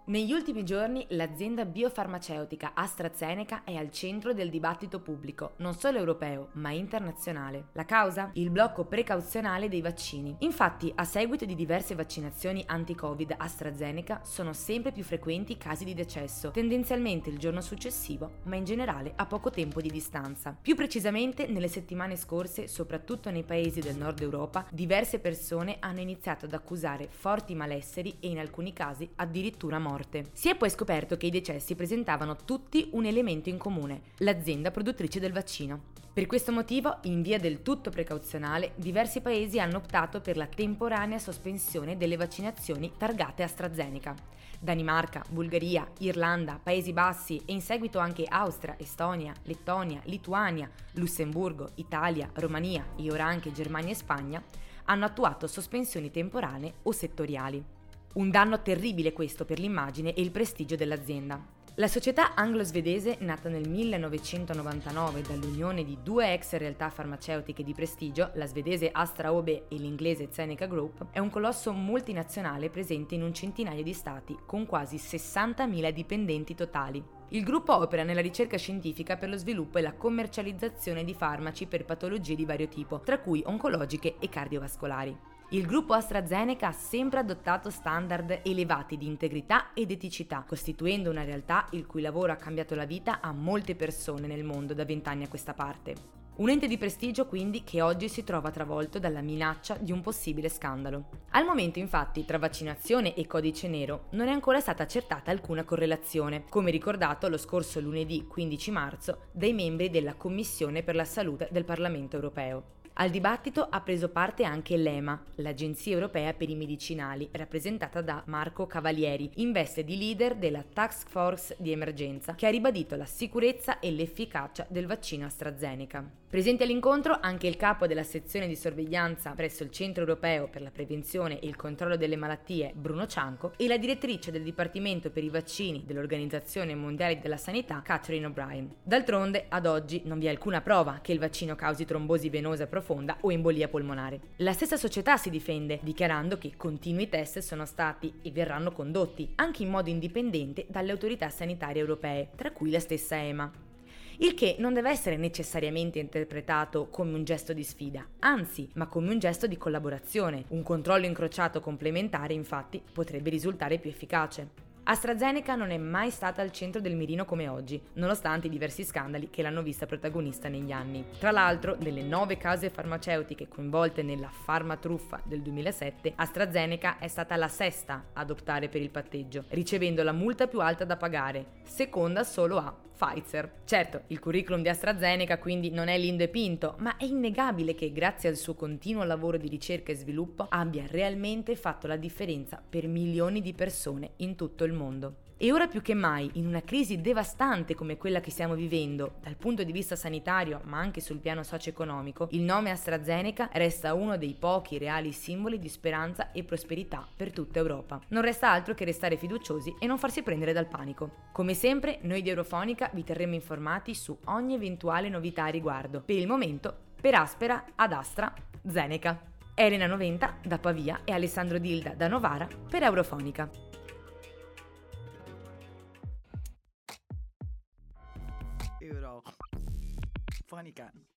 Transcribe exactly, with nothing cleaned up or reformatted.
Negli ultimi giorni l'azienda biofarmaceutica AstraZeneca è al centro del dibattito pubblico, non solo europeo, ma internazionale. La causa? Il blocco precauzionale dei vaccini. Infatti, a seguito di diverse vaccinazioni anti-Covid AstraZeneca, sono sempre più frequenti casi di decesso, tendenzialmente il giorno successivo, ma in generale a poco tempo di distanza. Più precisamente, nelle settimane scorse, soprattutto nei paesi del nord Europa, diverse persone hanno iniziato ad accusare forti malesseri e in alcuni casi addirittura morte. Si è poi scoperto che i decessi presentavano tutti un elemento in comune: l'azienda produttrice del vaccino. Per questo motivo, in via del tutto precauzionale, diversi paesi hanno optato per la temporanea sospensione delle vaccinazioni targate AstraZeneca. Danimarca, Bulgaria, Irlanda, Paesi Bassi e in seguito anche Austria, Estonia, Lettonia, Lituania, Lussemburgo, Italia, Romania e ora anche Germania e Spagna hanno attuato sospensioni temporanee o settoriali. Un danno terribile questo per l'immagine e il prestigio dell'azienda. La società anglo-svedese, nata nel millenovecentonovantanove dall'unione di due ex realtà farmaceutiche di prestigio, la svedese Astra O B e l'inglese Zeneca Group, è un colosso multinazionale presente in un centinaio di stati, con quasi sessantamila dipendenti totali. Il gruppo opera nella ricerca scientifica per lo sviluppo e la commercializzazione di farmaci per patologie di vario tipo, tra cui oncologiche e cardiovascolari. Il gruppo AstraZeneca ha sempre adottato standard elevati di integrità ed eticità, costituendo una realtà il cui lavoro ha cambiato la vita a molte persone nel mondo da vent'anni a questa parte. Un ente di prestigio quindi che oggi si trova travolto dalla minaccia di un possibile scandalo. Al momento infatti tra vaccinazione e codice nero non è ancora stata accertata alcuna correlazione, come ricordato lo scorso lunedì quindici marzo dai membri della Commissione per la Salute del Parlamento Europeo. Al dibattito ha preso parte anche l'E M A, l'Agenzia Europea per i Medicinali, rappresentata da Marco Cavalieri, in veste di leader della Task Force di emergenza, che ha ribadito la sicurezza e l'efficacia del vaccino AstraZeneca. Presente all'incontro anche il capo della sezione di sorveglianza presso il Centro Europeo per la Prevenzione e il Controllo delle Malattie, Bruno Cianco, e la direttrice del Dipartimento per i Vaccini dell'Organizzazione Mondiale della Sanità, Catherine O'Brien. D'altronde, ad oggi, non vi è alcuna prova che il vaccino causi trombosi venosa profonda o embolia polmonare. La stessa società si difende, dichiarando che continui test sono stati e verranno condotti, anche in modo indipendente, dalle autorità sanitarie europee, tra cui la stessa E M A. Il che non deve essere necessariamente interpretato come un gesto di sfida, anzi, ma come un gesto di collaborazione. Un controllo incrociato complementare, infatti, potrebbe risultare più efficace. AstraZeneca non è mai stata al centro del mirino come oggi, nonostante i diversi scandali che l'hanno vista protagonista negli anni. Tra l'altro, delle nove case farmaceutiche coinvolte nella farmatruffa del duemilasette, AstraZeneca è stata la sesta ad optare per il patteggio, ricevendo la multa più alta da pagare, seconda solo a Pfizer. Certo, il curriculum di AstraZeneca quindi non è lindo e pinto, ma è innegabile che grazie al suo continuo lavoro di ricerca e sviluppo abbia realmente fatto la differenza per milioni di persone in tutto il mondo. E ora più che mai, in una crisi devastante come quella che stiamo vivendo, dal punto di vista sanitario ma anche sul piano socio-economico, il nome AstraZeneca resta uno dei pochi reali simboli di speranza e prosperità per tutta Europa. Non resta altro che restare fiduciosi e non farsi prendere dal panico. Come sempre, noi di Eurofonica vi terremo informati su ogni eventuale novità a riguardo. Per il momento, per Aspera ad AstraZeneca. Elena Noventa da Pavia e Alessandro Dilda da Novara per Eurofonica. Euro. Fonica.